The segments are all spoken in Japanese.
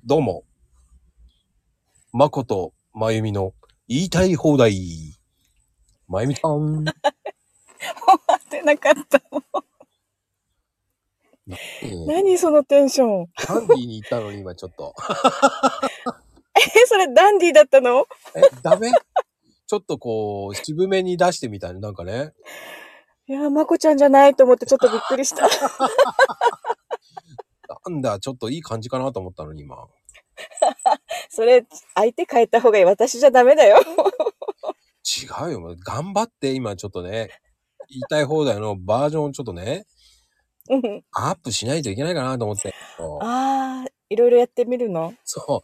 どうも、まことまゆみの言いたい放題。まゆみさん。 待ってなかった。何そのテンション。 ダンディーに行ったのに今ちょっと。 それダンディーだったの？ ダメ？ちょっとこう、渋めに出してみたいな、なんかね。 いや、まこちゃんじゃないと思ってちょっとびっくりした。 なんだ、ちょっといい感じかなと思ったのに今。 それ、相手変えた方がいい。私じゃダメだよ。 違うよ。頑張って今ちょっとね、言いたい放題のバージョンをちょっとね、アップしないといけないかなと思って。 ああ、いろいろやってみるの？ そう。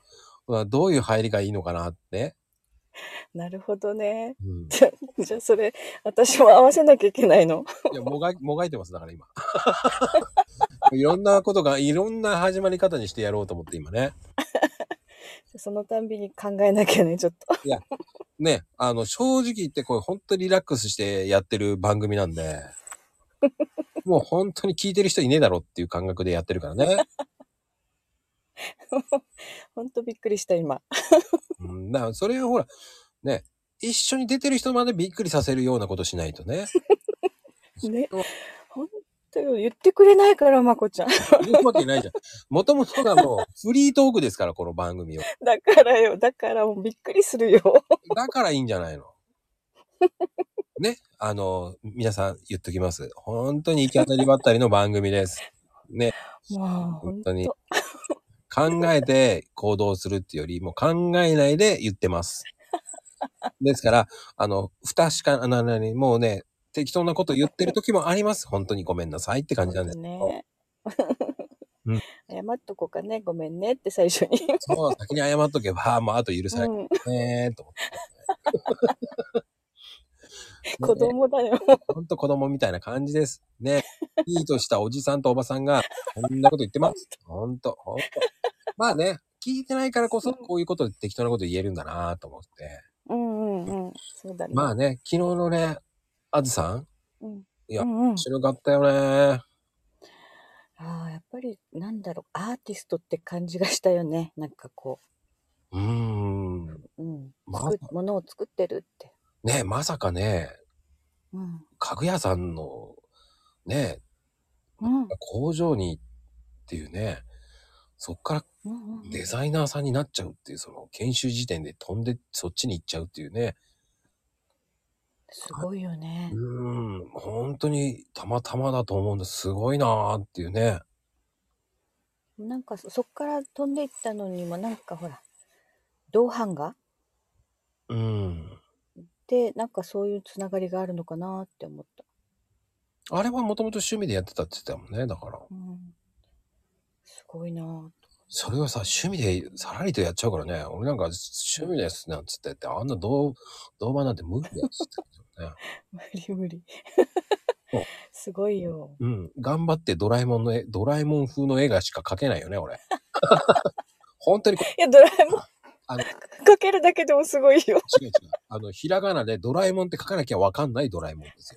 どういう入りがいいのかなって。 なるほどね。 うん、 じゃあそれ、私も合わせなきゃいけないの？ いや、もがいてます、だから今。いろんなことが、いろんな始まり方にしてやろうと思って今ね。 そのたんびに考えなきゃね、ちょっと。 いや、ね、正直言ってこれ本当にリラックスしてやってる番組なんで、もう本当に聞いてる人いねえだろっていう感覚でやってるからね。 ほんとびっくりした、今。 うん、だからそれはほら、ね、一緒に出てる人までびっくりさせるようなことしないとね。 ね。ほんとよ、言ってくれないから、まこちゃん。 言うわけないじゃん。もともとがもうフリートークですから、この番組を。 だからよ、だからもうびっくりするよ。 だからいいんじゃないの。ね、皆さん言っときます。本当に行き当たりばったりの番組です。ね、 もう、ほ本当に。 んと。 考えて行動するっていうよりも考えないで言ってます。ですから、不確かな、もうね、適当なこと言ってる時もあります。本当にごめんなさいって感じなんですけど。 ね。 うん。 謝っとこうかね。ごめんねって最初に。 そう、先に謝っとけば、もうあと許されうん。 ねーと思って。 子ね、 供だよ。 ほんと子供みたいな感じです。ね。いいとしたおじさんとおばさんが、こんなこと言ってます。ほんと。まあね、聞いてないからこそ、こういうことで適当なこと言えるんだなと思って。 うんうんうん。そうだね。 まあね、昨日のね、あずさん、 うん。 いや、 うんうん。 白かったよね。 ああ、やっぱり、なんだろう、アーティストって感じがしたよね。なんかこうーん。 う、うん。 ま、 ものを作ってるって。 ね、まさかね、 うん。 家具屋さんの、ね、 うん。 工場にっていうね、そっからうんうんうん。 デザイナーさんになっちゃうっていう、その研修時点で飛んでそっちに行っちゃうっていうね。 すごいよね。 本当にたまたまだと思うんです。すごいなーっていうね。 なんかそっから飛んでいったのにも、なんかほら、銅版画うん。 で、なんかそういうつながりがあるのかなって思った。 あれはもともと趣味でやってたって言ってたもんね、だから。 うん。すごいなぁ。 それはさ、趣味でさらりとやっちゃうからね。俺なんか趣味ですなんつってって、あんな銅板なんて無理ですって言って無理無理。 たもんね。 すごいよ。 うん。頑張ってドラえもんのドラえもん風の絵がしか描けないよね、俺。本当にいや、ドラえもんあの、 かけるだけでもすごいよ。 違う違う。ひらがなでドラえもんって書かなきゃわかんないドラえもんですよ。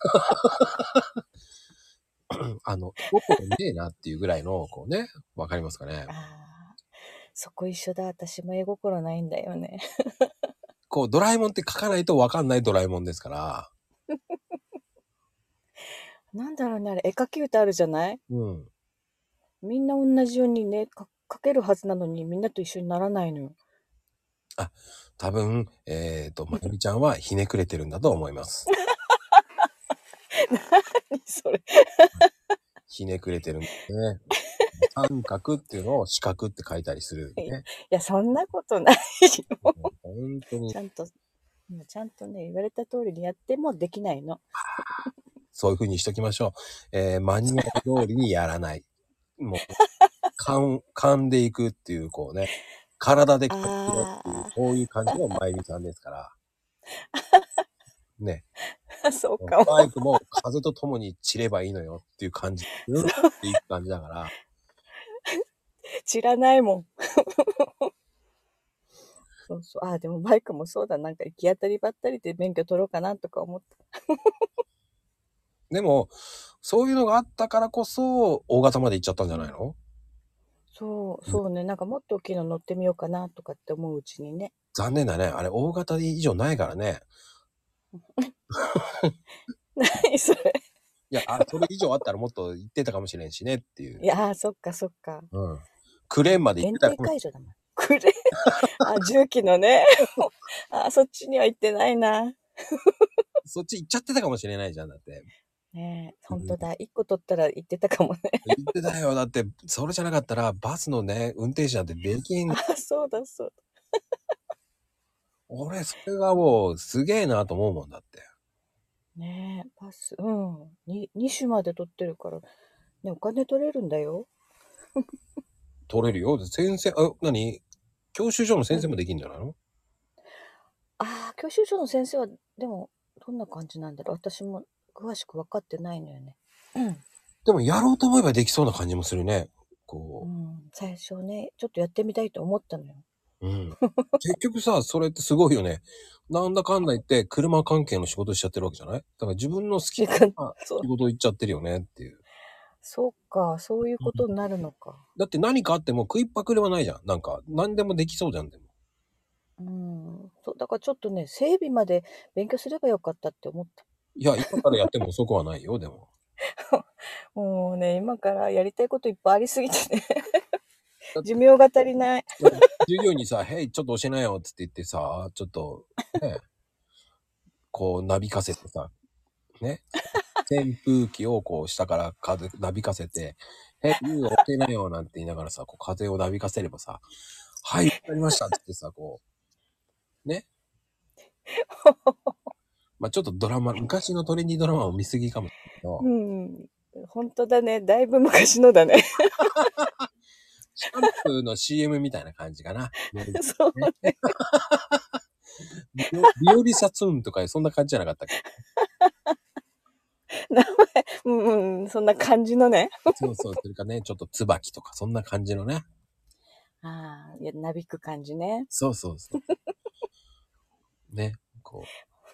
絵心ねえなっていうぐらいの、こうね、わかりますかね。 ああ、そこ一緒だ。私も絵心ないんだよね。 こう、ドラえもんって書かないとわかんないドラえもんですから。 なんだろうね、あれ、絵描き歌あるじゃない？ うん。 みんな同じようにね、描けるはずなのに、みんなと一緒にならないのよ。 あ、多分、まゆみちゃんはひねくれてるんだと思います。 何それ。 ひねくれてるんですね。三角っていうのを四角って書いたりするいね。 や、そんなことないよ。 本当に、 ちゃんと、ちゃんとね、言われた通りにやってもできないの。 そういう風にしときましょう。マニュアル通りにやらない。もう、噛んでいくっていう、こうね、体で感じろっていう、 あそういう感じのまゆみさんですから。ね。 あ、そうかも。 バイクも風と共に散ればいいのよっていう感じ。うんっていく感じだから。 知らないもん。そうそう。ああ、でもバイクもそうだ。なんか行き当たりばったりで免許取ろうかなとか思った。 でも、そういうのがあったからこそ、大型まで行っちゃったんじゃないの？ そうね。なんかもっと大きいの乗ってみようかなとかって思ううちにね。 残念だね。あれ、大型以上ないからね。 何それ。 いや、それ以上あったらもっと行ってたかもしれんしねっていう。 いやー、そっかそっか。 うん。クレーンまで行っ限てたかもし定解除だもん。くれ。重機のね。そっちには行ってないな。 れん。そっち行っちゃってたかもしれないじゃん、だって。 ねえ、本当だ。1個取ったら行ってたかもね。 行ってたよ。だって、それじゃなかったら、バスのね、運転手なんてできん。 そうだそう俺、それがもう、すげえなと思うもんだって。 だ。ねえ、パス、2種まで取ってるから、ね、お金取れるんだよ。 取れるよ。先生、何教習所の先生もできんじゃないの？ 教習所の先生は、でも、どんな感じなんだろう。私も詳しく分かってないのよね。 でも、やろうと思えばできそうな感じもするね。こ最初ね、ちょっとやってみたいと思ったのよ。 う。うん。結局さ、それってすごいよね。なんだかんだ言って、車関係の仕事しちゃってるわけじゃない？だから自分の好きなそう、 仕事行っちゃってるよねっていう。 そうか、そういうことになるのか。 だって何かあっても食いっぱくれはないじゃん。なんか、何でもできそうじゃん、でも。 そう、だからちょっとね、整備まで勉強すればよかったって思った。 いや、今からやっても遅くはないよ、でも。 もうね、今からやりたいこといっぱいありすぎてね、 だって寿命が足りない。 授業にさ、へい、ちょっと教えなよ、つって言ってさ、ちょっと、ね、こう、なびかせてさ、ね、扇風機をこう、下から風、なびかせて、へい、教えなよ、なんて言いながらさ、こう、風をなびかせればさ、はい、わかりました、つってさ、こう、ね。まあちょっと昔のトレンディードラマを見すぎかもしれないけど、 本当だね。だいぶ昔のだね。 シャンプーの CM みたいな感じかな。 そうね。 ビオリサツーンとかそんな感じじゃなかったっけ？ 名前、そんな感じのね。 そうそう、それかね、ちょっと椿とかそんな感じのね。 いや、なびく感じね。 そうそうそう。ね、こ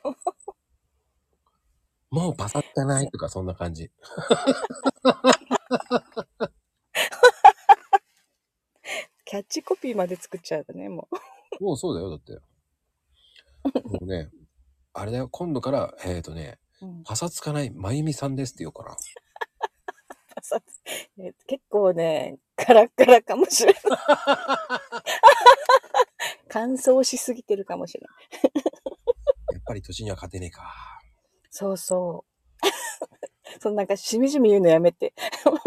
う、もうパサつかないとかそんな感じ。 キャッチコピーまで作っちゃうね、もう。 もうそうだよ、だって。もうね、あれだよ、今度から、パサつかないまゆみさんですって言おうかな。 結構ね、カラッカラかもしれない。乾燥しすぎてるかもしれない。 やっぱり年には勝てねえか。 そうそう。そんなんかしみじみ言うのやめて。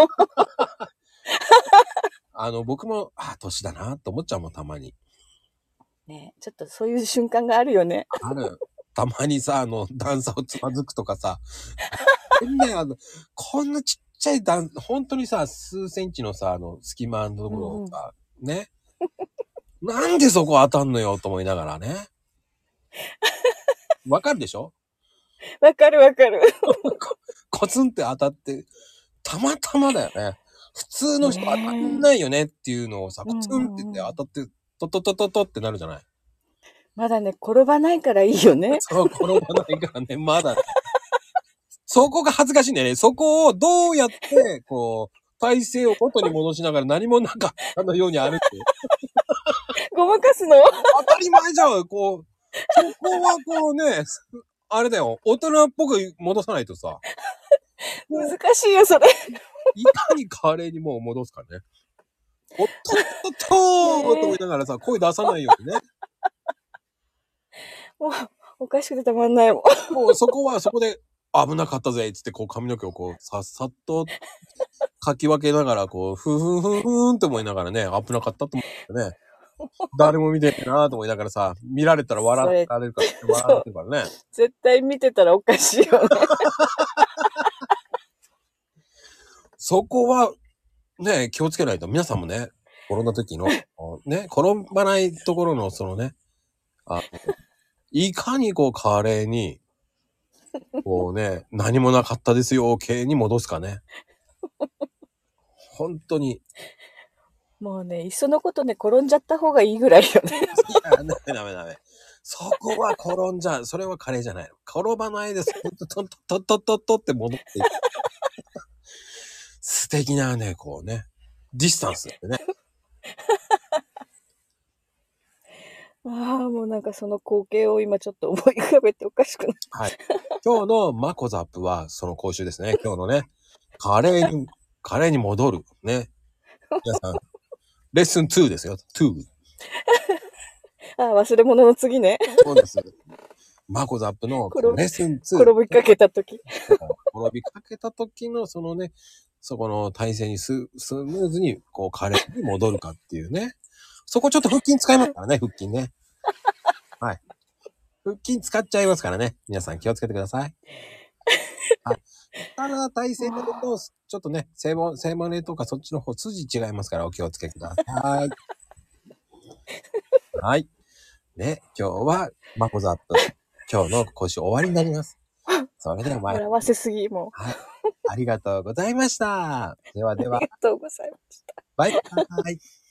僕も、年だなって思っちゃうもん、たまに。 ね、ちょっとそういう瞬間があるよね。 ある。たまにさ、段差をつまずくとかさ、ね、こんなちっちゃい本当にさ、数センチのさ、隙間のところをさ、ね。なんでそこ当たんのよ、と思いながらね。わかるでしょ？ わかるわかる。 コツンって当たって、たまたまだよね。普通の人当たんないよねっていうのをさ、コツンって言って当たって、トトトトトってなるじゃない。 まだね、転ばないからいいよね。 そう、転ばないからね、まだね。そこが恥ずかしいんだよね。そこをどうやって、こう、体勢を元に戻しながら何もなかったのように歩く。 ごまかすの当たり前じゃん。こう、そこはこうね、あれだよ。大人っぽく戻さないとさ。 難しいよ、それ。 いかに華麗にもう戻すかね。おっとっとっとーと思いながらさ、声出さないようにね。 もう、おかしくてたまんないもん。 もうそこはそこで危なかったぜっつってこう髪の毛をこうさっさっとかき分けながらこうふふふふーんって思いながらね、危なかったと思ってね。誰も見てないなーと思いながらさ、見られたら笑われるから笑われてるからね。 絶対見てたらおかしいよね。 そこはね、気をつけないと皆さんもね、転んだ時のね、転ばないところのそのね、いかにこう華麗にこうね、何もなかったですよ、系に戻すかね。本当に。 もうね、いっそのことね、転んじゃった方がいいぐらいよね。 いや、ダメ。そこは転んじゃう。それは華麗じゃないの。転ばないです。トントって戻っていく。素敵なね、こうね。 ディスタンスってね。 ああ、もうなんかその光景を今ちょっと思い浮かべておかしくない。 はい。今日のマコザップはその講習ですね。今日のね。カレーに戻る。ね。皆さん、レッスン2ですよ。2。 ああ、忘れ物の次ね。 そうです。マコザップのレッスン2。 転びかけた時。 転びかけた時のそのね、そこの体勢にスムーズにこうカレーに戻るかっていうね。そこちょっと腹筋使いますからね、腹筋ね。はい。腹筋使っちゃいますからね。皆さん気をつけてください。はい。ただ体勢だと、ちょっとね、背骨とかそっちの方筋違いますからお気をつけください。はい。ね、今日はマコザップ。今日の講習終わりになります。それでは笑わせすぎ、もう。 はい。ありがとうございました。ではでは。 ありがとうございました。 バイバイ。